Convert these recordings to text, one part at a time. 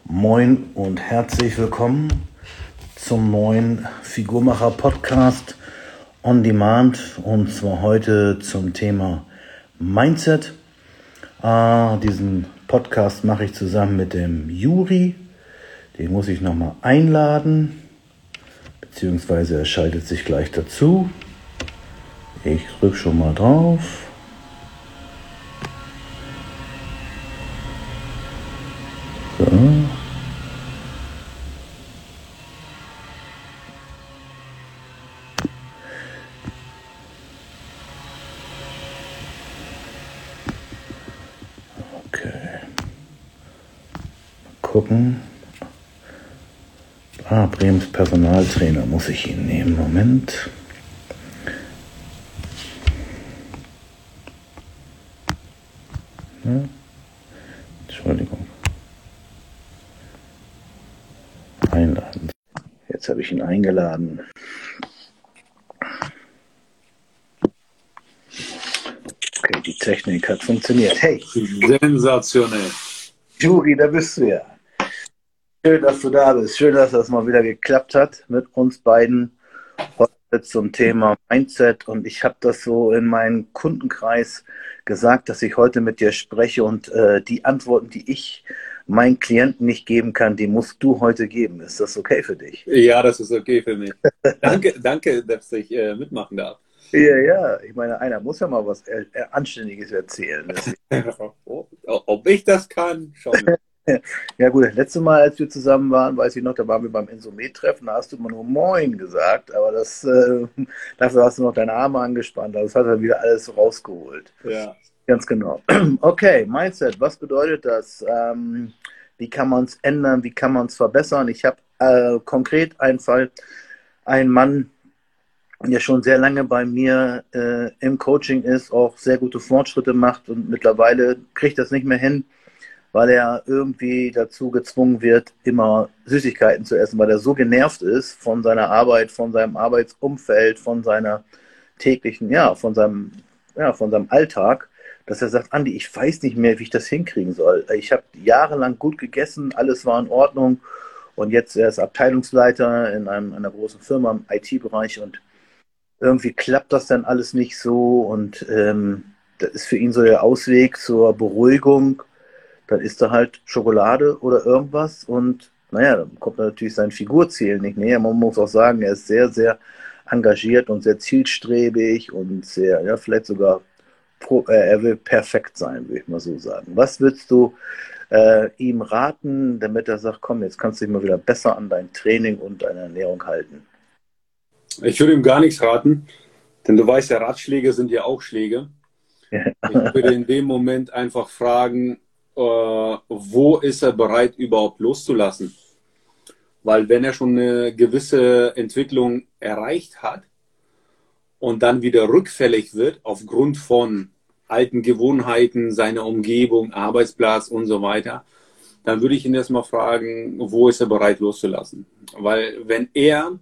Moin und herzlich willkommen zum neuen Figurmacher Podcast on Demand, und zwar heute zum Thema Mindset. Diesen Podcast mache ich zusammen mit dem Juri. Den muss ich nochmal einladen, beziehungsweise er schaltet sich gleich dazu. Ich drücke schon mal drauf. So. Okay. Mal gucken. Bremens Personaltrainer muss ich ihn nehmen. Moment. Ja. Entschuldigung. Einladen. Jetzt habe ich ihn eingeladen. Okay, die Technik hat funktioniert. Hey! Sensationell. Juri, da bist du ja. Schön, dass du da bist. Schön, dass das mal wieder geklappt hat mit uns beiden heute zum Thema Mindset. Und ich habe das so in meinen Kundenkreis gesagt, dass ich heute mit dir spreche, und die Antworten, die ich meinen Klienten nicht geben kann, die musst du heute geben. Ist das okay für dich? Ja, das ist okay für mich. Danke, dass ich mitmachen darf. Ja, ich meine, einer muss ja mal was Anständiges erzählen. Ob ich das kann? Schon. Ja gut, das letzte Mal, als wir zusammen waren, weiß ich noch, da waren wir beim Insomet-Treffen, da hast du immer nur Moin gesagt, aber dafür hast du noch deine Arme angespannt, also das hat er wieder alles rausgeholt. Ja. Ganz genau. Okay, Mindset, was bedeutet das? Wie kann man es ändern? Wie kann man es verbessern? Ich habe konkret einen Fall, ein Mann, der schon sehr lange bei mir im Coaching ist, auch sehr gute Fortschritte macht, und mittlerweile kriegt das nicht mehr hin, weil er irgendwie dazu gezwungen wird, immer Süßigkeiten zu essen, weil er so genervt ist von seiner Arbeit, von seinem Arbeitsumfeld, von seiner täglichen, von seinem Alltag, dass er sagt, Andi, ich weiß nicht mehr, wie ich das hinkriegen soll. Ich habe jahrelang gut gegessen, alles war in Ordnung, und jetzt er ist Abteilungsleiter in einer großen Firma im IT-Bereich, und irgendwie klappt das dann alles nicht so, und das ist für ihn so der Ausweg zur Beruhigung. Dann isst er halt Schokolade oder irgendwas, und naja, dann kommt natürlich sein Figurziel nicht näher. Man muss auch sagen, er ist sehr, sehr engagiert und sehr zielstrebig und sehr, ja, vielleicht sogar, er will perfekt sein, würde ich mal so sagen. Was würdest du ihm raten, damit er sagt, komm, jetzt kannst du dich mal wieder besser an dein Training und deine Ernährung halten? Ich würde ihm gar nichts raten, denn du weißt ja, Ratschläge sind ja auch Schläge. Ich würde in dem Moment einfach fragen, wo ist er bereit, überhaupt loszulassen? Weil wenn er schon eine gewisse Entwicklung erreicht hat und dann wieder rückfällig wird aufgrund von alten Gewohnheiten, seiner Umgebung, Arbeitsplatz und so weiter, dann würde ich ihn erstmal fragen, wo ist er bereit loszulassen? Weil wenn er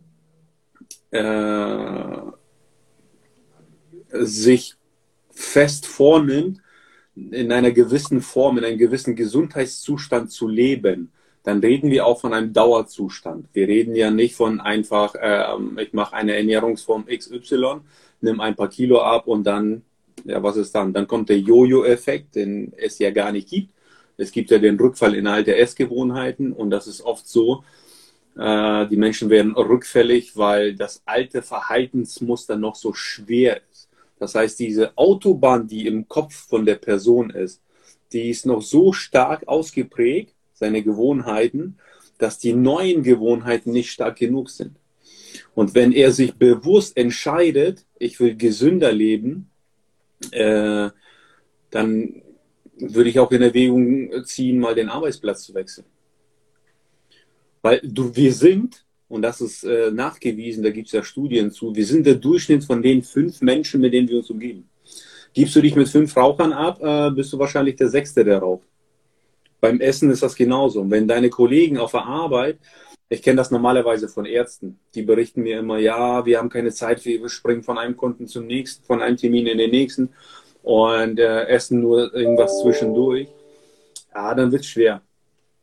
sich fest vornimmt, in einer gewissen Form, in einem gewissen Gesundheitszustand zu leben, dann reden wir auch von einem Dauerzustand. Wir reden ja nicht von einfach, ich mache eine Ernährungsform XY, nimm ein paar Kilo ab und dann, ja, was ist dann? Dann kommt der Jojo-Effekt, den es ja gar nicht gibt. Es gibt ja den Rückfall in alte Essgewohnheiten, und das ist oft so, die Menschen werden rückfällig, weil das alte Verhaltensmuster noch so schwer ist. Das heißt, diese Autobahn, die im Kopf von der Person ist, die ist noch so stark ausgeprägt, seine Gewohnheiten, dass die neuen Gewohnheiten nicht stark genug sind. Und wenn er sich bewusst entscheidet, ich will gesünder leben, dann würde ich auch in Erwägung ziehen, mal den Arbeitsplatz zu wechseln. Weil wir sind, und das ist nachgewiesen, da gibt es ja Studien zu, wir sind der Durchschnitt von den 5 Menschen, mit denen wir uns umgeben. Gibst du dich mit 5 Rauchern ab, bist du wahrscheinlich der 6., der raucht. Beim Essen ist das genauso. Und wenn deine Kollegen auf der Arbeit, ich kenne das normalerweise von Ärzten, die berichten mir immer, ja, wir haben keine Zeit, wir springen von einem Kunden zum nächsten, von einem Termin in den nächsten und essen nur irgendwas zwischendurch. Ja, dann wird es schwer.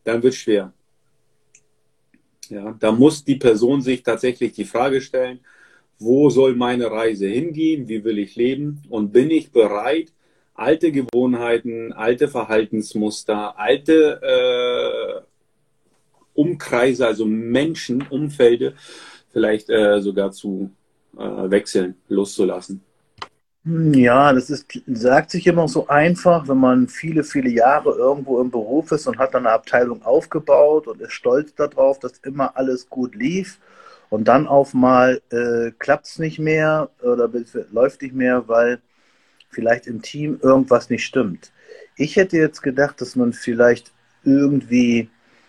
dann wird es schwer. Ja, da muss die Person sich tatsächlich die Frage stellen, wo soll meine Reise hingehen, wie will ich leben und bin ich bereit, alte Gewohnheiten, alte Verhaltensmuster, alte Umkreise, also Menschen, Umfelde vielleicht sogar zu wechseln, loszulassen. Ja, das ist, sagt sich immer so einfach, wenn man viele, viele Jahre irgendwo im Beruf ist und hat dann eine Abteilung aufgebaut und ist stolz darauf, dass immer alles gut lief. Und dann auf mal klappt es nicht mehr oder läuft nicht mehr, weil vielleicht im Team irgendwas nicht stimmt. Ich hätte jetzt gedacht, dass man vielleicht irgendwie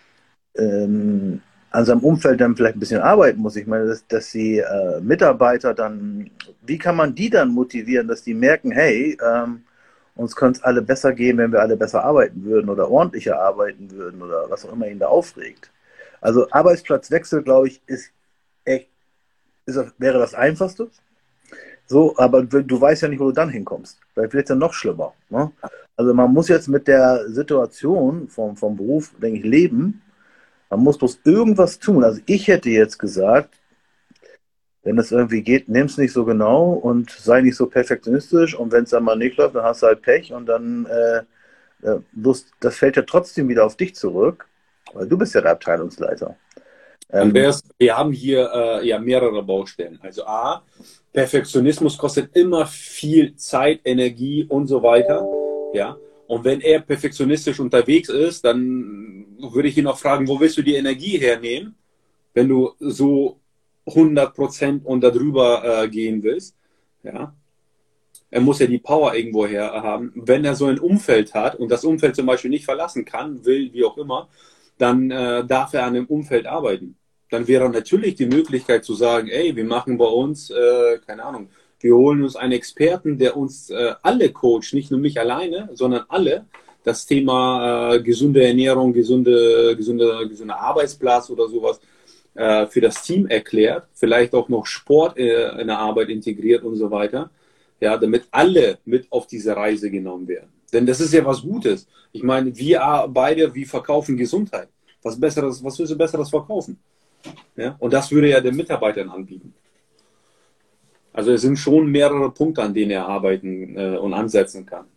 an seinem Umfeld dann vielleicht ein bisschen arbeiten muss. Ich meine, dass die Mitarbeiter dann, wie kann man die dann motivieren, dass die merken, hey, uns könnte es alle besser gehen, wenn wir alle besser arbeiten würden oder ordentlicher arbeiten würden oder was auch immer ihn da aufregt. Also Arbeitsplatzwechsel, glaube ich, ist echt, wäre das Einfachste. So, aber du weißt ja nicht, wo du dann hinkommst. Vielleicht wird es ja noch schlimmer. Ne? Also man muss jetzt mit der Situation vom Beruf, denke ich, leben. Man muss bloß irgendwas tun. Also ich hätte jetzt gesagt, wenn es irgendwie geht, nimm es nicht so genau und sei nicht so perfektionistisch. Und wenn es dann mal nicht läuft, dann hast du halt Pech und dann bloß, das fällt ja trotzdem wieder auf dich zurück, weil du bist ja der Abteilungsleiter. Andreas, wir haben hier ja mehrere Baustellen. Also A, Perfektionismus kostet immer viel Zeit, Energie und so weiter. Ja. Und wenn er perfektionistisch unterwegs ist, dann würde ich ihn auch fragen, wo willst du die Energie hernehmen, wenn du so 100% und darüber gehen willst. Ja. Er muss ja die Power irgendwo her haben. Wenn er so ein Umfeld hat und das Umfeld zum Beispiel nicht verlassen kann, will, wie auch immer, dann darf er an dem Umfeld arbeiten. Dann wäre natürlich die Möglichkeit zu sagen, ey, wir machen bei uns, keine Ahnung, wir holen uns einen Experten, der uns alle coacht, nicht nur mich alleine, sondern alle, das Thema gesunde Ernährung, gesunder Arbeitsplatz oder sowas für das Team erklärt, vielleicht auch noch Sport in der Arbeit integriert und so weiter, ja, damit alle mit auf diese Reise genommen werden. Denn das ist ja was Gutes. Ich meine, wir beide, wir verkaufen Gesundheit. Was Besseres, was willst du Besseres verkaufen? Ja? Und das würde ja den Mitarbeitern anbieten. Also es sind schon mehrere Punkte, an denen er arbeiten und ansetzen kann.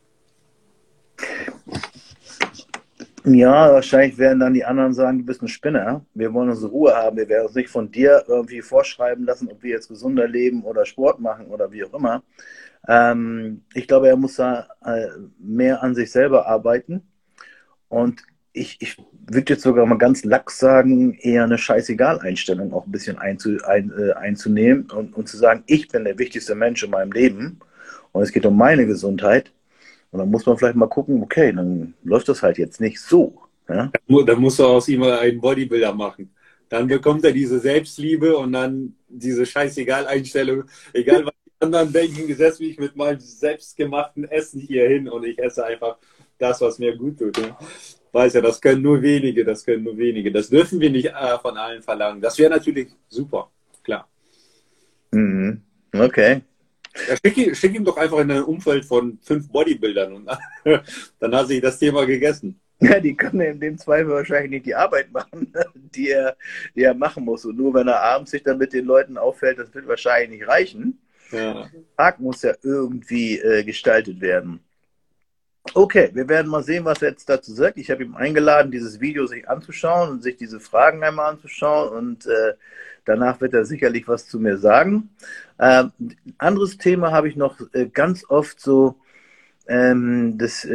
Ja, wahrscheinlich werden dann die anderen sagen, du bist ein Spinner. Wir wollen unsere Ruhe haben. Wir werden uns nicht von dir irgendwie vorschreiben lassen, ob wir jetzt gesunder leben oder Sport machen oder wie auch immer. Ich glaube, er muss da mehr an sich selber arbeiten. Und ich würde jetzt sogar mal ganz lax sagen, eher eine Scheißegal-Einstellung auch ein bisschen einzunehmen und zu sagen, ich bin der wichtigste Mensch in meinem Leben und es geht um meine Gesundheit. Und dann muss man vielleicht mal gucken, okay, dann läuft das halt jetzt nicht so. Ja? Dann musst du aus ihm einen Bodybuilder machen. Dann bekommt er diese Selbstliebe und dann diese Scheißegal-Einstellung. Egal, was die anderen denken, setze mich mit meinem selbstgemachten Essen hier hin und ich esse einfach das, was mir gut tut. Ne? Weiß ja, das können nur wenige, das können nur wenige. Das dürfen wir nicht von allen verlangen. Das wäre natürlich super, klar. Mhm. Okay. Ja, schick ihm doch einfach in ein Umfeld von 5 Bodybuildern und dann hat sich das Thema gegessen. Ja, die können in dem Zweifel wahrscheinlich nicht die Arbeit machen, die er machen muss. Und nur wenn er abends sich dann mit den Leuten auffällt, das wird wahrscheinlich nicht reichen. Ja. Der Tag muss ja irgendwie gestaltet werden. Okay, wir werden mal sehen, was er jetzt dazu sagt. Ich habe ihm eingeladen, dieses Video sich anzuschauen und sich diese Fragen einmal anzuschauen und danach wird er sicherlich was zu mir sagen. Anderes Thema habe ich noch ganz oft so, das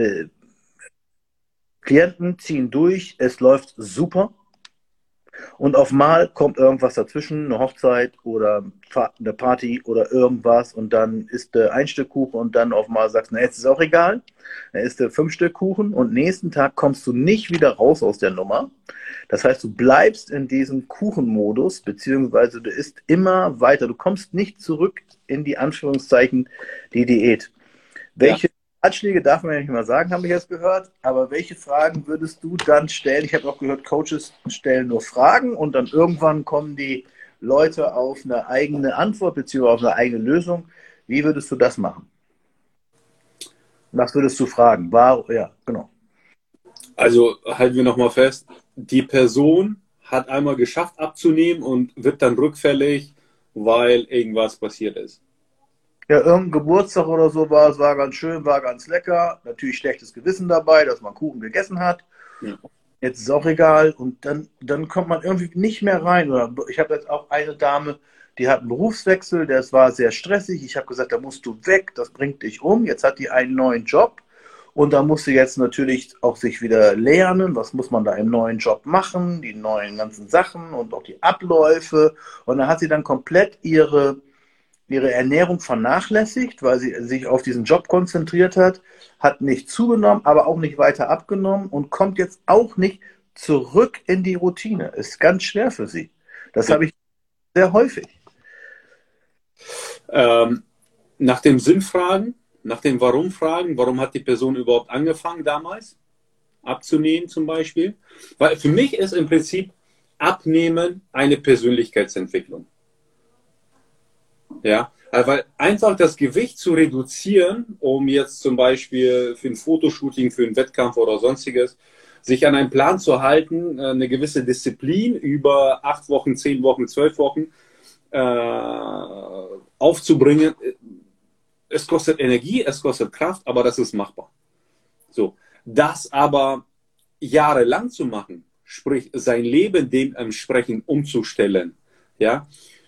Klienten ziehen durch, es läuft super und auf mal kommt irgendwas dazwischen, eine Hochzeit oder eine Party oder irgendwas und dann isst du ein Stück Kuchen und dann auf mal sagst du, na, jetzt ist auch egal, dann isst du 5 Stück Kuchen und nächsten Tag kommst du nicht wieder raus aus der Nummer. Das heißt, du bleibst in diesem Kuchenmodus, beziehungsweise du isst immer weiter, du kommst nicht zurück in die Anführungszeichen die Diät. Welche Ratschläge darf man ja nicht mal sagen, habe ich jetzt gehört. Aber welche Fragen würdest du dann stellen? Ich habe auch gehört, Coaches stellen nur Fragen und dann irgendwann kommen die Leute auf eine eigene Antwort beziehungsweise auf eine eigene Lösung. Wie würdest du das machen? Was würdest du fragen? Ja, genau. Also halten wir nochmal fest, die Person hat einmal geschafft abzunehmen und wird dann rückfällig, weil irgendwas passiert ist. Ja, irgendein Geburtstag oder so war, es war ganz schön, war ganz lecker. Natürlich schlechtes Gewissen dabei, dass man Kuchen gegessen hat. Ja. Jetzt ist es auch egal. Und dann kommt man irgendwie nicht mehr rein. Oder ich habe jetzt auch eine Dame, die hat einen Berufswechsel, das war sehr stressig. Ich habe gesagt, da musst du weg, das bringt dich um. Jetzt hat die einen neuen Job. Und da muss sie jetzt natürlich auch sich wieder lernen, was muss man da im neuen Job machen, die neuen ganzen Sachen und auch die Abläufe. Und da hat sie dann komplett ihre Ernährung vernachlässigt, weil sie sich auf diesen Job konzentriert hat, hat nicht zugenommen, aber auch nicht weiter abgenommen und kommt jetzt auch nicht zurück in die Routine. Ist ganz schwer für sie. Das Ja. habe ich sehr häufig. Nach dem Sinn fragen, nach dem Warum fragen, warum hat die Person überhaupt angefangen damals abzunehmen zum Beispiel? Weil für mich ist im Prinzip Abnehmen eine Persönlichkeitsentwicklung. Ja, also weil einfach das Gewicht zu reduzieren, um jetzt zum Beispiel für ein Fotoshooting, für einen Wettkampf oder sonstiges, sich an einen Plan zu halten, eine gewisse Disziplin über 8 Wochen, 10 Wochen, 12 Wochen aufzubringen. Es kostet Energie, es kostet Kraft, aber das ist machbar. So, das aber jahrelang zu machen, sprich sein Leben dementsprechend umzustellen, ja,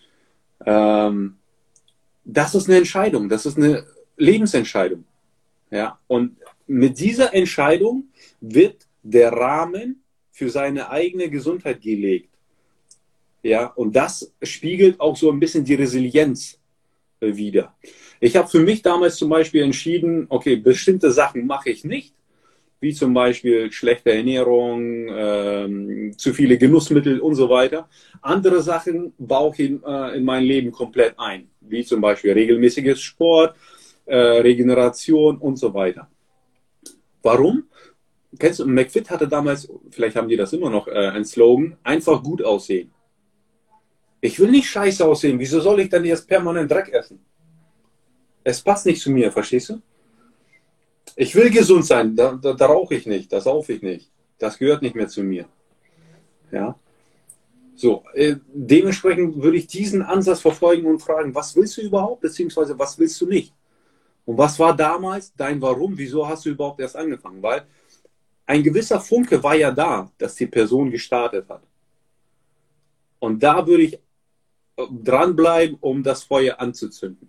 das ist eine Entscheidung, das ist eine Lebensentscheidung. Ja? Und mit dieser Entscheidung wird der Rahmen für seine eigene Gesundheit gelegt. Ja? Und das spiegelt auch so ein bisschen die Resilienz wider. Ich habe für mich damals zum Beispiel entschieden, okay, bestimmte Sachen mache ich nicht, wie zum Beispiel schlechte Ernährung, zu viele Genussmittel und so weiter. Andere Sachen baue ich in mein Leben komplett ein, wie zum Beispiel regelmäßiges Sport, Regeneration und so weiter. Warum? Kennst du, McFit hatte damals, vielleicht haben die das immer noch, ein Slogan, einfach gut aussehen. Ich will nicht scheiße aussehen, wieso soll ich dann jetzt permanent Dreck essen? Es passt nicht zu mir, verstehst du? Ich will gesund sein, da rauche ich nicht, da saufe ich nicht. Das gehört nicht mehr zu mir. Ja. So, dementsprechend würde ich diesen Ansatz verfolgen und fragen, was willst du überhaupt, beziehungsweise was willst du nicht? Und was war damals dein Warum? Wieso hast du überhaupt erst angefangen? Weil ein gewisser Funke war ja da, dass die Person gestartet hat. Und da würde ich dranbleiben, um das Feuer anzuzünden.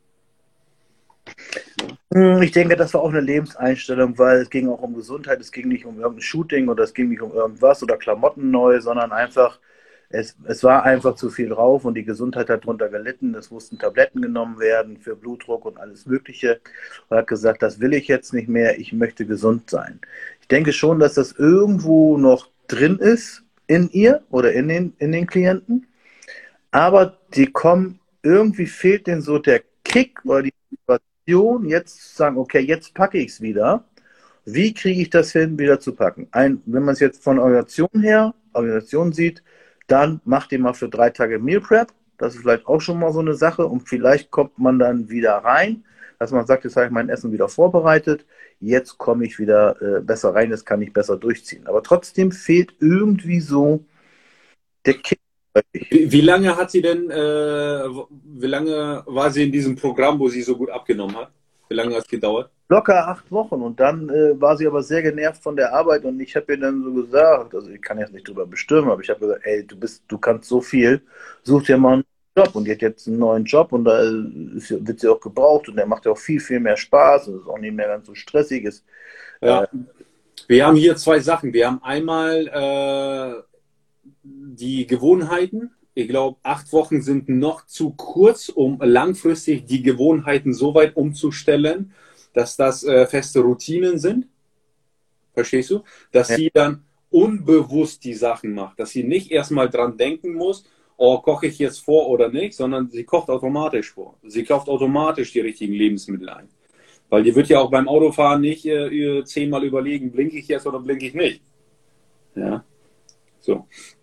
Ich denke, das war auch eine Lebenseinstellung, weil es ging auch um Gesundheit, es ging nicht um irgendein Shooting oder es ging nicht um irgendwas oder Klamotten neu, sondern einfach, es war einfach zu viel drauf und die Gesundheit hat darunter gelitten. Es mussten Tabletten genommen werden für Blutdruck und alles Mögliche. Und hat gesagt, das will ich jetzt nicht mehr, ich möchte gesund sein. Ich denke schon, dass das irgendwo noch drin ist in ihr oder in den Klienten, aber die kommen, irgendwie fehlt denen so der Kick oder die Motivation, jetzt zu sagen, okay, jetzt packe ich es wieder. Wie kriege ich das hin, wieder zu packen? Wenn man es jetzt von Organisation sieht, dann macht ihr mal für 3 Tage Meal Prep. Das ist vielleicht auch schon mal so eine Sache und vielleicht kommt man dann wieder rein, dass man sagt, jetzt habe ich mein Essen wieder vorbereitet, jetzt komme ich wieder besser rein, jetzt kann ich besser durchziehen. Aber trotzdem fehlt irgendwie so der Kick. Wie lange hat sie denn, wie lange war sie in diesem Programm, wo sie so gut abgenommen hat? Wie lange hat es gedauert? Locker 8 Wochen und dann war sie aber sehr genervt von der Arbeit und ich habe ihr dann so gesagt, also ich kann jetzt nicht drüber bestimmen, aber ich habe gesagt, ey, du kannst so viel, such dir mal einen Job und die hat jetzt einen neuen Job und da wird sie auch gebraucht und der macht ja auch viel, viel mehr Spaß und ist auch nicht mehr ganz so stressig. Ja. Wir haben hier 2 Sachen. Wir haben einmal die Gewohnheiten. Ich glaube, 8 Wochen sind noch zu kurz, um langfristig die Gewohnheiten so weit umzustellen, dass das feste Routinen sind. Verstehst du? Dass sie dann unbewusst die Sachen macht. Dass sie nicht erstmal dran denken muss, oh, koche ich jetzt vor oder nicht, sondern sie kocht automatisch vor. Sie kauft automatisch die richtigen Lebensmittel ein. Weil die wird ja auch beim Autofahren nicht 10-mal überlegen, blinke ich jetzt oder blinke ich nicht. Ja, so.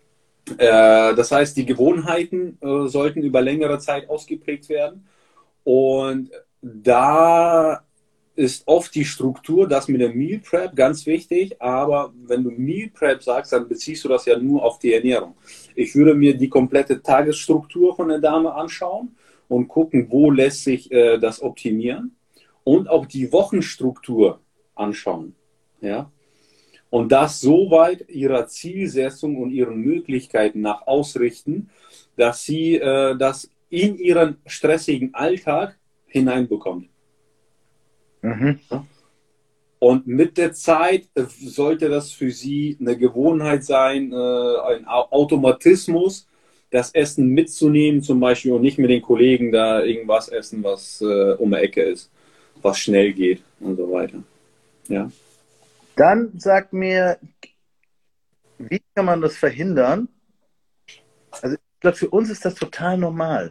Das heißt, die Gewohnheiten sollten über längere Zeit ausgeprägt werden. Und da ist oft die Struktur, das mit der Meal Prep, ganz wichtig, aber wenn du Meal Prep sagst, dann beziehst du das ja nur auf die Ernährung. Ich würde mir die komplette Tagesstruktur von der Dame anschauen und gucken, wo lässt sich das optimieren und auch die Wochenstruktur anschauen. Ja? Und das so weit ihrer Zielsetzung und ihren Möglichkeiten nach ausrichten, dass sie das in ihren stressigen Alltag hineinbekommt. Mhm. Und mit der Zeit sollte das für sie eine Gewohnheit sein, ein Automatismus, das Essen mitzunehmen zum Beispiel und nicht mit den Kollegen da irgendwas essen, was um die Ecke ist, was schnell geht und so weiter. Ja. Dann sag mir, wie kann man das verhindern? Also ich glaube, für uns ist das total normal.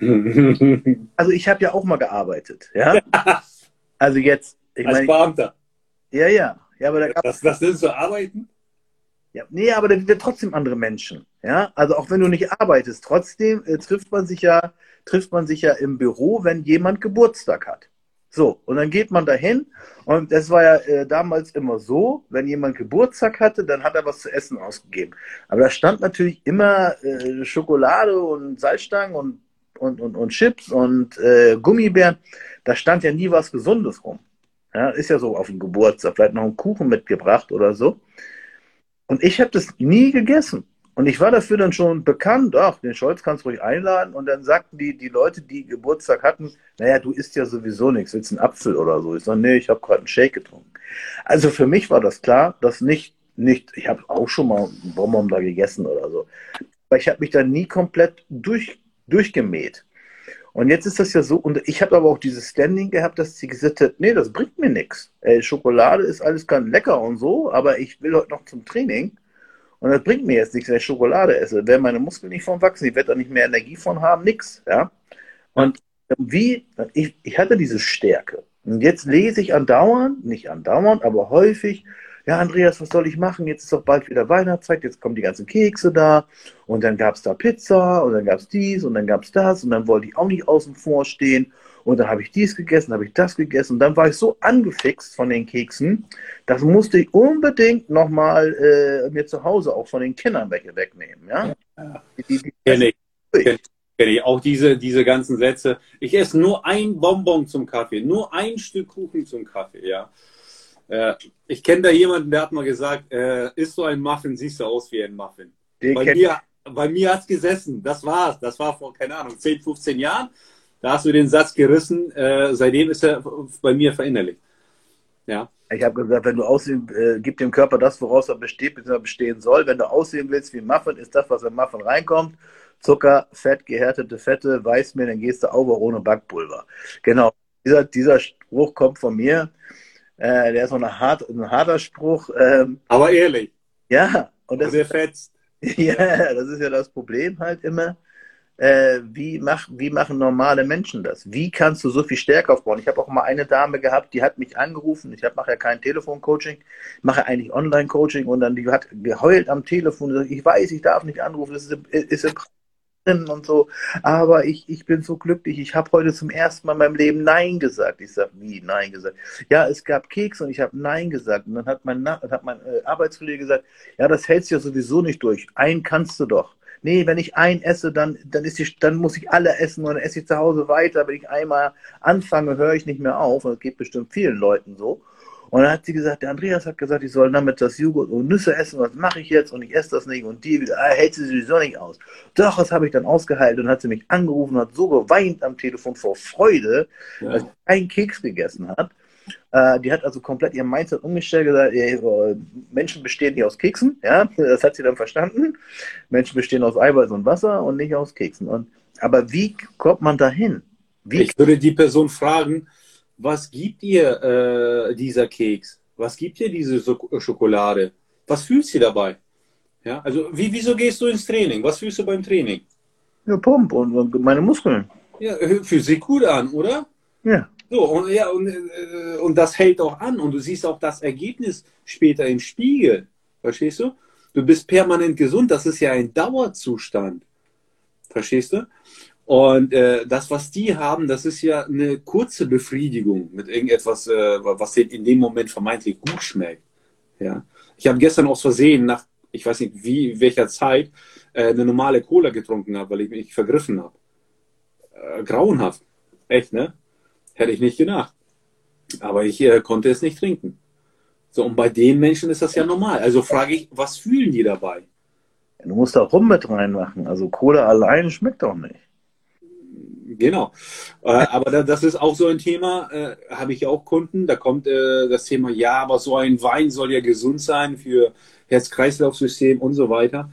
Also ich habe ja auch mal gearbeitet, ja? Also jetzt, ich Als meine, Beamter. ja, aber da gab Das sind so Arbeiten? ja, nee, aber da sind ja trotzdem andere Menschen, ja? Also auch wenn du nicht arbeitest, trotzdem trifft man sich ja im Büro, wenn jemand Geburtstag hat. So, und dann geht man dahin und das war ja damals immer so, wenn jemand Geburtstag hatte, dann hat er was zu essen ausgegeben. Aber da stand natürlich immer Schokolade und Salzstangen und Chips und Gummibären. Da stand ja nie was Gesundes rum. Ja, ist ja so auf dem Geburtstag, vielleicht noch einen Kuchen mitgebracht oder so. Und ich habe das nie gegessen. Und ich war dafür dann schon bekannt, ach, den Scholz kannst du ruhig einladen. Und dann sagten die Leute, die Geburtstag hatten, naja, du isst ja sowieso nichts, willst einen Apfel oder so. Ich sage, nee, ich habe gerade einen Shake getrunken. Also für mich war das klar, dass nicht, ich habe auch schon mal einen Bonbon da gegessen oder so. Aber ich habe mich da nie komplett durchgemäht. Und jetzt ist das ja so, und ich habe aber auch dieses Standing gehabt, dass sie gesagt hat, nee, das bringt mir nichts. Schokolade ist alles ganz lecker und so, aber ich will heute noch zum Training und das bringt mir jetzt nichts, wenn ich Schokolade esse. Werden meine Muskeln nicht von wachsen, ich werde da nicht mehr Energie von haben, nix. Ja? Ja. Und ich hatte diese Stärke. Und jetzt lese ich andauernd, nicht andauernd, aber häufig, ja, Andreas, was soll ich machen? Jetzt ist doch bald wieder Weihnachtszeit, jetzt kommen die ganzen Kekse da und dann gab es da Pizza und dann gab es dies und dann gab es das und dann wollte ich auch nicht außen vor stehen und dann habe ich dies gegessen, habe ich das gegessen und dann war ich so angefixt von den Keksen, das musste ich unbedingt nochmal mir zu Hause auch von den Kindern welche wegnehmen. Ja? Kenne ich. Kenn ich. Auch diese ganzen Sätze. Ich esse nur ein Bonbon zum Kaffee, nur ein Stück Kuchen zum Kaffee. Ja. Ich kenne da jemanden, der hat mal gesagt, isst du ein Muffin, siehst du aus wie ein Muffin. Bei mir hat es gesessen. Das war's. Das war vor, keine Ahnung, 10, 15 Jahren. Da hast du den Satz gerissen. Seitdem ist er bei mir verinnerlicht. Ja. Ich habe gesagt, wenn du aussehen, gib dem Körper das, woraus er besteht, bzw. bestehen soll. Wenn du aussehen willst wie ein Muffin, ist das, was im Muffin reinkommt. Zucker, Fett, gehärtete Fette, Weißmehl, dann gehst du auch ohne Backpulver. Genau. Dieser Spruch kommt von mir. Der ist noch ein harter Spruch. Aber ehrlich. Ja. Und der fetzt. Ja, das ist ja das Problem halt immer. Wie machen normale Menschen das? Wie kannst du so viel Stärke aufbauen? Ich habe auch mal eine Dame gehabt, die hat mich angerufen. Ich mache ja kein Telefoncoaching, mache eigentlich Online-Coaching und dann die hat geheult am Telefon. Gesagt, ich weiß, ich darf nicht anrufen, das ist im drin und so. Aber ich bin so glücklich. Ich habe heute zum ersten Mal in meinem Leben Nein gesagt. Ich sage, wie Nein gesagt? Ja, es gab Keks und ich habe Nein gesagt. Und dann hat mein Arbeitskollege gesagt, ja, das hältst du ja sowieso nicht durch. Einen kannst du doch. Nee, wenn ich einen esse, dann muss ich alle essen und dann esse ich zu Hause weiter. Wenn ich einmal anfange, höre ich nicht mehr auf. Und das geht bestimmt vielen Leuten so. Und dann hat sie gesagt, der Andreas hat gesagt, ich soll damit das Joghurt und Nüsse essen. Was mache ich jetzt? Und ich esse das nicht. Und die hält sie sowieso nicht aus. Doch, das habe ich dann ausgehalten. Und dann hat sie mich angerufen und hat so geweint am Telefon vor Freude, dass sie keinen Keks gegessen hat. Die hat also komplett ihr Mindset umgestellt, gesagt, Menschen bestehen nicht aus Keksen, ja, das hat sie dann verstanden. Menschen bestehen aus Eiweiß und Wasser und nicht aus Keksen. Aber wie kommt man dahin? Ich würde die Person fragen, was gibt ihr dieser Keks? Was gibt dir diese Schokolade? Was fühlst du dabei? Ja, also wieso gehst du ins Training? Was fühlst du beim Training? Ja, Pump und meine Muskeln. Ja, fühlt sich gut an, oder? Ja. So, und das hält auch an und du siehst auch das Ergebnis später im Spiegel. Verstehst du? Du bist permanent gesund, das ist ja ein Dauerzustand. Verstehst du? Und das, was die haben, das ist ja eine kurze Befriedigung mit irgendetwas, was denen in dem Moment vermeintlich gut schmeckt. Ja? Ich habe gestern aus Versehen nach, ich weiß nicht welcher Zeit, eine normale Cola getrunken habe, weil ich mich vergriffen habe. Grauenhaft. Echt, ne? Hätte ich nicht gedacht. Aber ich konnte es nicht trinken. So, und bei den Menschen ist das ja normal. Also frage ich, was fühlen die dabei? Du musst da Rum mit reinmachen. Also Cola allein schmeckt doch nicht. Genau. Aber das ist auch so ein Thema, habe ich auch Kunden, da kommt das Thema, ja, aber so ein Wein soll ja gesund sein für Herz-Kreislauf-System und so weiter.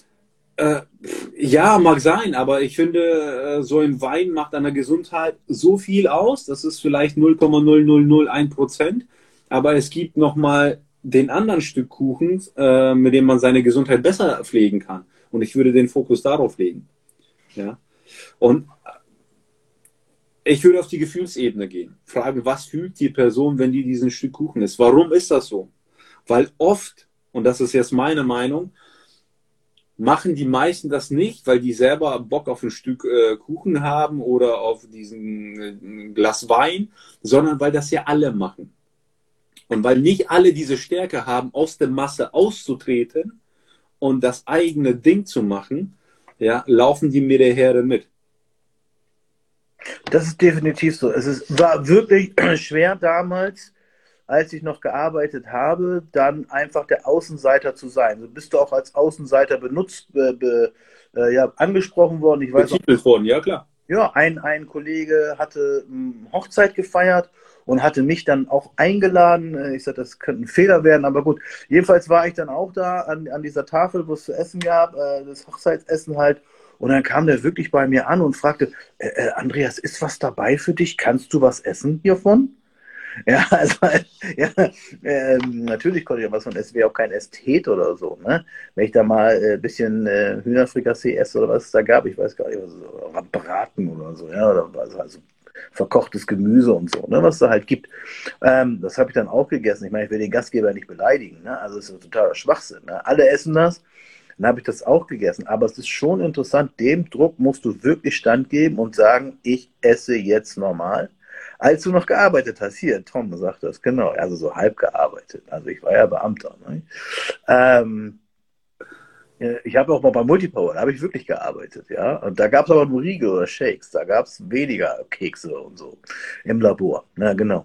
Ja, mag sein, aber ich finde, so ein Wein macht an der Gesundheit so viel aus, das ist vielleicht 0,0001%, aber es gibt nochmal den anderen Stück Kuchen, mit dem man seine Gesundheit besser pflegen kann. Und ich würde den Fokus darauf legen. Ja. Und ich würde auf die Gefühlsebene gehen. Fragen, was fühlt die Person, wenn die diesen Stück Kuchen isst? Warum ist das so? Weil oft, und das ist jetzt meine Meinung, machen die meisten das nicht, weil die selber Bock auf ein Stück Kuchen haben oder auf diesen Glas Wein, sondern weil das ja alle machen. Und weil nicht alle diese Stärke haben, aus der Masse auszutreten und das eigene Ding zu machen, ja, laufen die mit der Herde mit. Das ist definitiv so. War wirklich schwer damals, als ich noch gearbeitet habe, dann einfach der Außenseiter zu sein. So bist du auch als Außenseiter ja, angesprochen worden. Ich weiß auch, Betitelt worden, ja klar. ja, ein Kollege hatte Hochzeit gefeiert und hatte mich dann auch eingeladen. Ich sagte, das könnte ein Fehler werden, aber gut. Jedenfalls war ich dann auch da an dieser Tafel, wo es zu essen gab, das Hochzeitsessen halt. Und dann kam der wirklich bei mir an und fragte, Andreas, ist was dabei für dich? Kannst du was essen hiervon? Ja, also, ja, natürlich konnte ich ja was von essen, wäre auch kein Ästhet oder so, ne? Wenn ich da mal ein bisschen Hühnerfrikassee esse oder was es da gab, ich weiß gar nicht, was so, Braten oder so, ja, oder was, also verkochtes Gemüse und so, ne, was es da halt gibt. Das habe ich dann auch gegessen. Ich meine, ich will den Gastgeber nicht beleidigen, ne? Also es ist ein totaler Schwachsinn, ne? Alle essen das. Dann habe ich das auch gegessen. Aber es ist schon interessant, dem Druck musst du wirklich standgeben und sagen, ich esse jetzt normal. Als du noch gearbeitet hast, hier, Tom sagt das, genau, also so halb gearbeitet. Also ich war ja Beamter. Ne? Ähm, ich habe auch mal bei Multipower, da habe ich wirklich gearbeitet, ja. Und da gab es aber nur Riegel oder Shakes, da gab es weniger Kekse und so im Labor. Na, genau.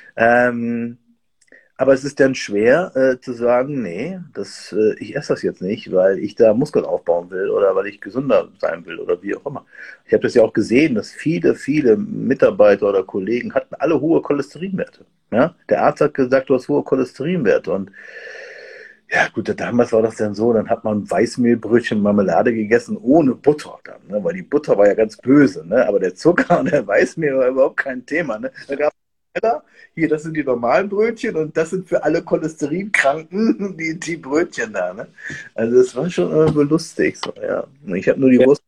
Ähm, aber es ist dann schwer zu sagen, nee, ich esse das jetzt nicht, weil ich da Muskeln aufbauen will oder weil ich gesünder sein will oder wie auch immer. Ich habe das ja auch gesehen, dass viele Mitarbeiter oder Kollegen hatten alle hohe Cholesterinwerte. Ja? Der Arzt hat gesagt, du hast hohe Cholesterinwerte. Und ja gut, damals war das dann so, dann hat man Weißmehlbrötchen, Marmelade gegessen ohne Butter dann, ne? Weil die Butter war ja ganz böse, ne? Aber der Zucker und der Weißmehl war überhaupt kein Thema. Ne? Da gab hier, das sind die normalen Brötchen und das sind für alle Cholesterinkranken die Brötchen da. Ne? Also das war schon irgendwie lustig. So, ja. Ich habe nur die Ja. Wurst.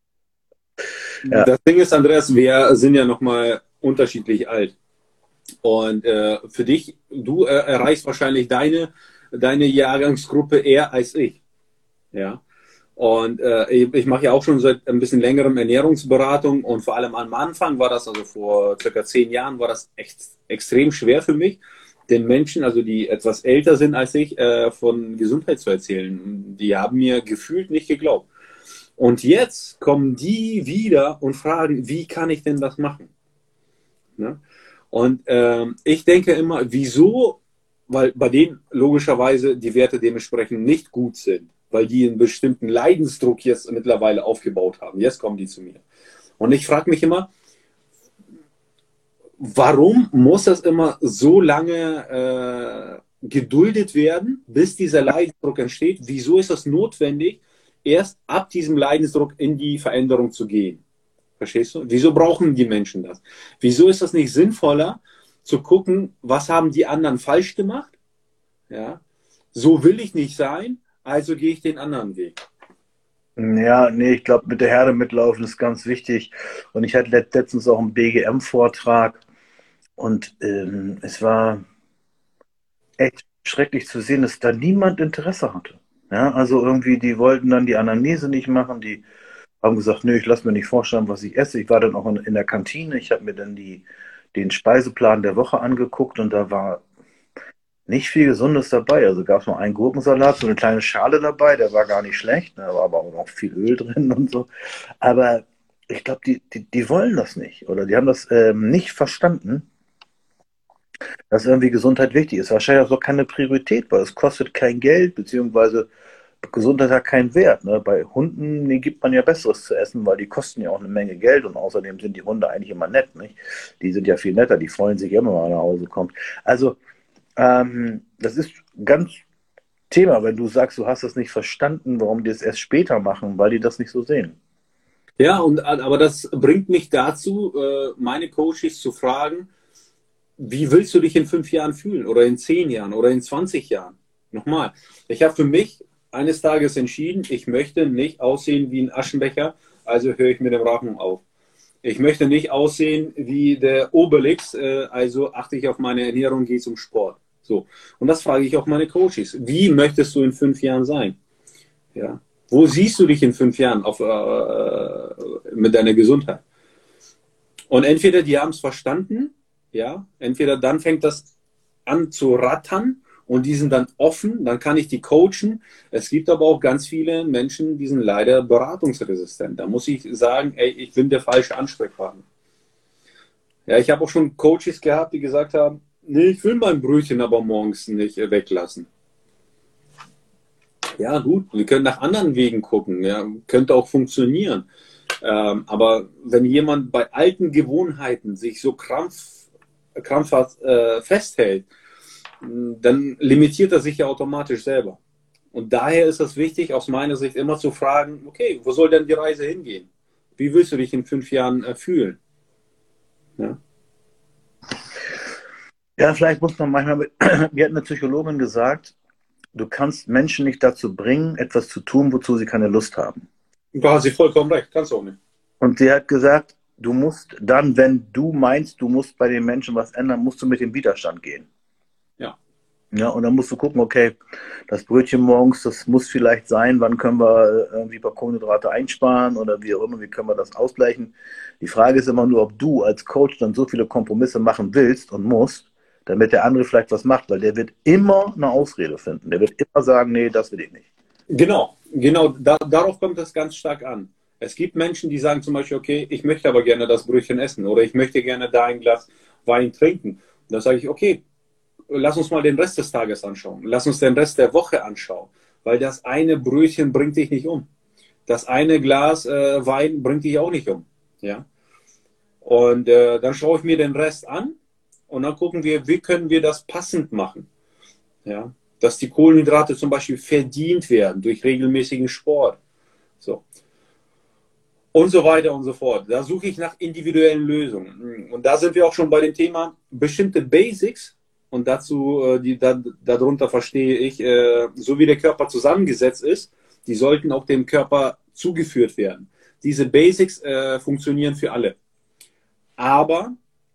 Ja. Das Ding ist, Andreas, wir sind ja nochmal unterschiedlich alt. Und für dich, du erreichst wahrscheinlich deine Jahrgangsgruppe eher als ich. Ja. Und ich mache ja auch schon seit ein bisschen längerem Ernährungsberatung und vor allem am Anfang war das, also vor circa 10 Jahren, war das echt extrem schwer für mich, den Menschen, also die etwas älter sind als ich, von Gesundheit zu erzählen. Die haben mir gefühlt nicht geglaubt. Und jetzt kommen die wieder und fragen, wie kann ich denn das machen? Ne? Und ich denke immer, wieso? Weil bei denen logischerweise die Werte dementsprechend nicht gut sind, weil die einen bestimmten Leidensdruck jetzt mittlerweile aufgebaut haben. Jetzt kommen die zu mir. Und ich frage mich immer, warum muss das immer so lange geduldet werden, bis dieser Leidensdruck entsteht? Wieso ist das notwendig, erst ab diesem Leidensdruck in die Veränderung zu gehen? Verstehst du? Wieso brauchen die Menschen das? Wieso ist das nicht sinnvoller, zu gucken, was haben die anderen falsch gemacht? Ja, so will ich nicht sein, also gehe ich den anderen Weg. Ja, nee, ich glaube, mit der Herde mitlaufen ist ganz wichtig. Und ich hatte letztens auch einen BGM-Vortrag und es war echt schrecklich zu sehen, dass da niemand Interesse hatte. Ja, also irgendwie, die wollten dann die Anamnese nicht machen, die haben gesagt, nee, ich lasse mir nicht vorschreiben, was ich esse. Ich war dann auch in der Kantine. Ich habe mir dann den Speiseplan der Woche angeguckt und da war nicht viel Gesundes dabei. Also gab es mal einen Gurkensalat, so eine kleine Schale dabei, der war gar nicht schlecht, da war aber auch noch viel Öl drin und so. Aber ich glaube, die wollen das nicht oder die haben das nicht verstanden, dass irgendwie Gesundheit wichtig ist. Wahrscheinlich auch keine Priorität, weil es kostet kein Geld, beziehungsweise Gesundheit hat keinen Wert. Ne? Bei Hunden, die gibt man ja Besseres zu essen, weil die kosten ja auch eine Menge Geld und außerdem sind die Hunde eigentlich immer nett. Nicht? Die sind ja viel netter, die freuen sich immer, wenn man nach Hause kommt. Also, das ist ganz Thema, wenn du sagst, du hast das nicht verstanden, warum die es erst später machen, weil die das nicht so sehen. Ja, aber das bringt mich dazu, meine Coaches zu fragen, wie willst du dich in 5 Jahren fühlen oder in 10 Jahren oder in 20 Jahren? Nochmal, ich habe für mich eines Tages entschieden, ich möchte nicht aussehen wie ein Aschenbecher, also höre ich mit dem Rauchen auf. Ich möchte nicht aussehen wie der Obelix, also achte ich auf meine Ernährung, gehe zum Sport. So. Und das frage ich auch meine Coaches. Wie möchtest du in 5 Jahren sein? Ja. Wo siehst du dich in 5 Jahren mit deiner Gesundheit? Und entweder die haben es verstanden, ja, entweder dann fängt das an zu rattern und die sind dann offen, dann kann ich die coachen. Es gibt aber auch ganz viele Menschen, die sind leider beratungsresistent. Da muss ich sagen, ey, ich bin der falsche Ansprechpartner. Ja, ich habe auch schon Coaches gehabt, die gesagt haben, nee, ich will mein Brötchen aber morgens nicht weglassen. Ja, gut, wir können nach anderen Wegen gucken, ja, könnte auch funktionieren. Aber wenn jemand bei alten Gewohnheiten sich so krampfhaft festhält, dann limitiert er sich ja automatisch selber. Und daher ist es wichtig, aus meiner Sicht immer zu fragen, okay, wo soll denn die Reise hingehen? Wie willst du dich in 5 Jahren fühlen? Ja? Ja, vielleicht muss man manchmal, mir hat eine Psychologin gesagt, du kannst Menschen nicht dazu bringen, etwas zu tun, wozu sie keine Lust haben. Da hast du vollkommen recht, kannst du auch nicht. Und sie hat gesagt, du musst dann, wenn du meinst, du musst bei den Menschen was ändern, musst du mit dem Widerstand gehen. Ja. Ja, und dann musst du gucken, okay, das Brötchen morgens, das muss vielleicht sein, wann können wir irgendwie ein paar Kohlenhydrate einsparen oder wie auch immer, wie können wir das ausgleichen. Die Frage ist immer nur, ob du als Coach dann so viele Kompromisse machen willst und musst, damit der andere vielleicht was macht, weil der wird immer eine Ausrede finden. Der wird immer sagen, nee, das will ich nicht. Genau, darauf kommt es ganz stark an. Es gibt Menschen, die sagen zum Beispiel, okay, ich möchte aber gerne das Brötchen essen oder ich möchte gerne da ein Glas Wein trinken. Und da sage ich, okay, lass uns mal den Rest des Tages anschauen. Lass uns den Rest der Woche anschauen. Weil das eine Brötchen bringt dich nicht um. Das eine Glas Wein bringt dich auch nicht um. Ja? Und dann schaue ich mir den Rest an und dann gucken wir, wie können wir das passend machen. Ja? Dass die Kohlenhydrate zum Beispiel verdient werden durch regelmäßigen Sport. So. Und so weiter und so fort. Da suche ich nach individuellen Lösungen. Und da sind wir auch schon bei dem Thema bestimmte Basics. Und darunter verstehe ich, so wie der Körper zusammengesetzt ist, die sollten auch dem Körper zugeführt werden. Diese Basics funktionieren für alle. Aber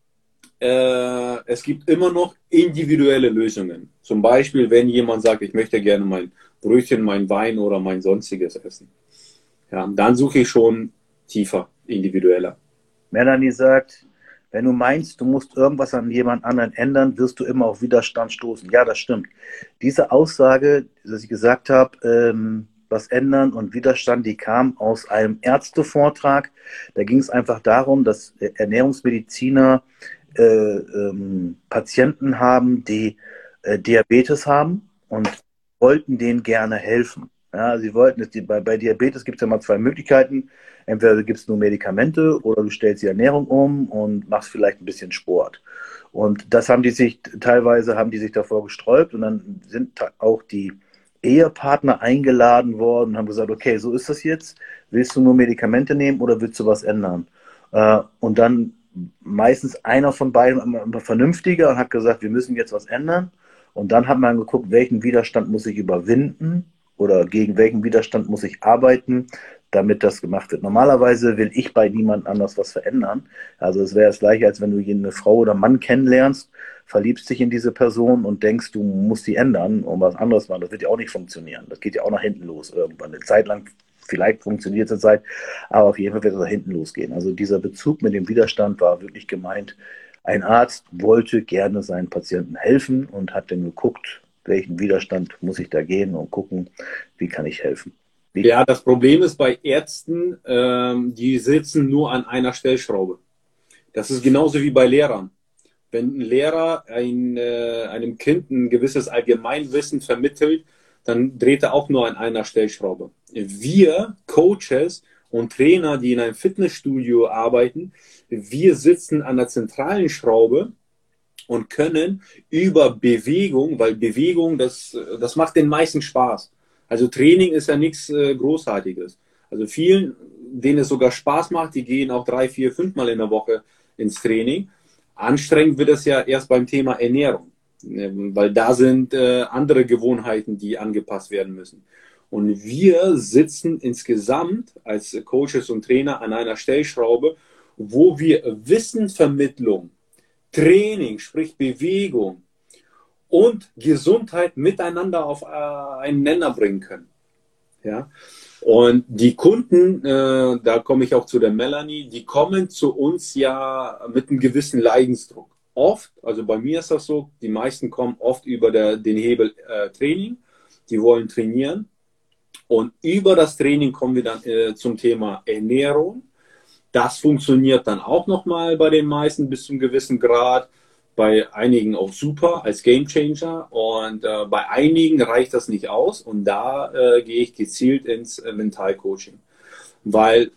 es gibt immer noch individuelle Lösungen. Zum Beispiel, wenn jemand sagt, ich möchte gerne mein Brötchen, mein Wein oder mein sonstiges essen. Ja, dann suche ich schon tiefer, individueller. Melanie sagt, wenn du meinst, du musst irgendwas an jemand anderen ändern, wirst du immer auf Widerstand stoßen. Ja, das stimmt. Diese Aussage, dass ich gesagt habe, was ändern und Widerstand, die kam aus einem Ärztevortrag. Da ging es einfach darum, dass Ernährungsmediziner Patienten haben, die Diabetes haben und wollten denen gerne helfen. Ja, sie wollten, bei Diabetes gibt es ja mal zwei Möglichkeiten. Entweder gibst du nur Medikamente oder du stellst die Ernährung um und machst vielleicht ein bisschen Sport. Und das haben die sich, teilweise haben die sich davor gesträubt und dann sind auch die Ehepartner eingeladen worden und haben gesagt, okay, so ist das jetzt. Willst du nur Medikamente nehmen oder willst du was ändern? Und dann meistens einer von beiden vernünftiger und hat gesagt, wir müssen jetzt was ändern. Und dann hat man geguckt, welchen Widerstand muss ich überwinden oder gegen welchen Widerstand muss ich arbeiten, damit das gemacht wird. Normalerweise will ich bei niemand anders was verändern. Also es wäre das gleiche, als wenn du eine Frau oder Mann kennenlernst, verliebst dich in diese Person und denkst, du musst die ändern und was anderes machen. Das wird ja auch nicht funktionieren. Das geht ja auch nach hinten los irgendwann. Eine Zeit lang vielleicht funktioniert es zurzeit, aber auf jeden Fall wird es da hinten losgehen. Also dieser Bezug mit dem Widerstand war wirklich gemeint. Ein Arzt wollte gerne seinen Patienten helfen und hat dann geguckt, welchen Widerstand muss ich da gehen und gucken, wie kann ich helfen. Ja, das Problem ist bei Ärzten, die sitzen nur an einer Stellschraube. Das ist genauso wie bei Lehrern. Wenn ein Lehrer einem Kind ein gewisses Allgemeinwissen vermittelt, dann dreht er auch nur an einer Stellschraube. Wir, Coaches und Trainer, die in einem Fitnessstudio arbeiten, wir sitzen an der zentralen Schraube und können über Bewegung, weil Bewegung, das macht den meisten Spaß. Also Training ist ja nichts Großartiges. Also vielen, denen es sogar Spaß macht, die gehen auch 3, 4, 5 Mal in der Woche ins Training. Anstrengend wird es ja erst beim Thema Ernährung, weil da sind andere Gewohnheiten, die angepasst werden müssen. Und wir sitzen insgesamt als Coaches und Trainer an einer Stellschraube, wo wir Wissensvermittlung, Training, sprich Bewegung und Gesundheit miteinander auf einen Nenner bringen können. Ja? Und die Kunden, da komme ich auch zu der Melanie, die kommen zu uns ja mit einem gewissen Leidensdruck. Oft, also bei mir ist das so, die meisten kommen oft über den Hebel Training, die wollen trainieren. Und über das Training kommen wir dann zum Thema Ernährung. Das funktioniert dann auch nochmal bei den meisten bis zu einem gewissen Grad. Bei einigen auch super als Gamechanger und bei einigen reicht das nicht aus und da gehe ich gezielt ins Mentalcoaching. Weil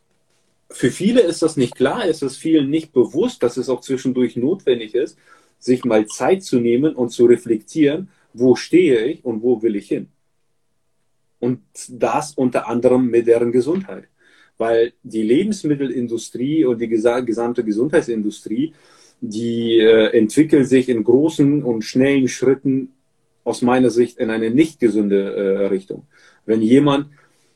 für viele ist das nicht klar, ist es vielen nicht bewusst, dass es auch zwischendurch notwendig ist, sich mal Zeit zu nehmen und zu reflektieren, wo stehe ich und wo will ich hin. Und das unter anderem mit deren Gesundheit. Weil die Lebensmittelindustrie und die gesamte Gesundheitsindustrie, die entwickelt sich in großen und schnellen Schritten aus meiner Sicht in eine nicht gesunde Richtung. Wenn jemand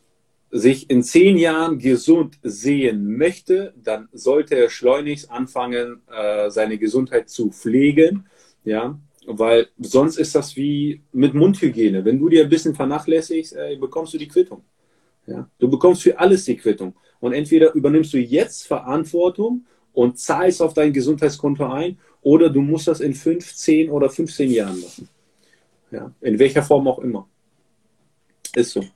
sich in 10 Jahren gesund sehen möchte, dann sollte er schleunigst anfangen, seine Gesundheit zu pflegen, ja, weil sonst ist das wie mit Mundhygiene. Wenn du dir ein bisschen vernachlässigst, bekommst du die Quittung. Ja? Du bekommst für alles die Quittung. Und entweder übernimmst du jetzt Verantwortung und zahlst auf dein Gesundheitskonto ein, oder du musst das in 5, 10 oder 15 Jahren machen. Ja? In welcher Form auch immer. Ist so.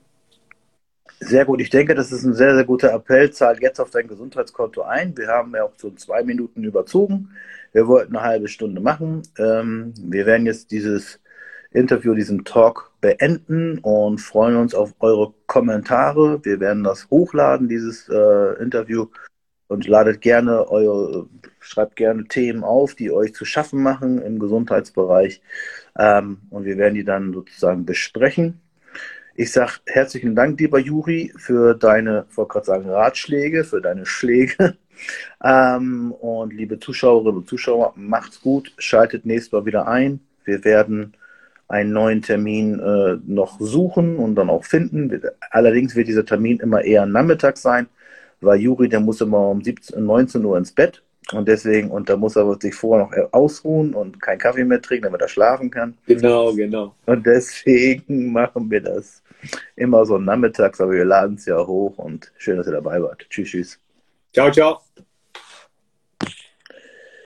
Sehr gut. Ich denke, das ist ein sehr, sehr guter Appell. Zahl jetzt auf dein Gesundheitskonto ein. Wir haben ja auch so 2 Minuten überzogen. Wir wollten eine halbe Stunde machen. Wir werden jetzt dieses Interview, diesen Talk beenden und freuen uns auf eure Kommentare. Wir werden das hochladen, dieses Interview, und schreibt gerne Themen auf, die euch zu schaffen machen im Gesundheitsbereich. Und wir werden die dann sozusagen besprechen. Ich sage herzlichen Dank, lieber Juri, für deine, ich wollte gerade sagen, Ratschläge, für deine Schläge. Und liebe Zuschauerinnen und Zuschauer, macht's gut, schaltet nächstes Mal wieder ein. Wir werden einen neuen Termin noch suchen und dann auch finden. Allerdings wird dieser Termin immer eher nachmittags sein, weil Juri, der muss immer um 19 Uhr ins Bett. Und deswegen, und da muss er sich vorher noch ausruhen und keinen Kaffee mehr trinken, damit er schlafen kann. Genau, genau. Und deswegen machen wir das immer so nachmittags, aber wir laden es ja hoch und schön, dass ihr dabei wart. Tschüss, tschüss. Ciao, ciao.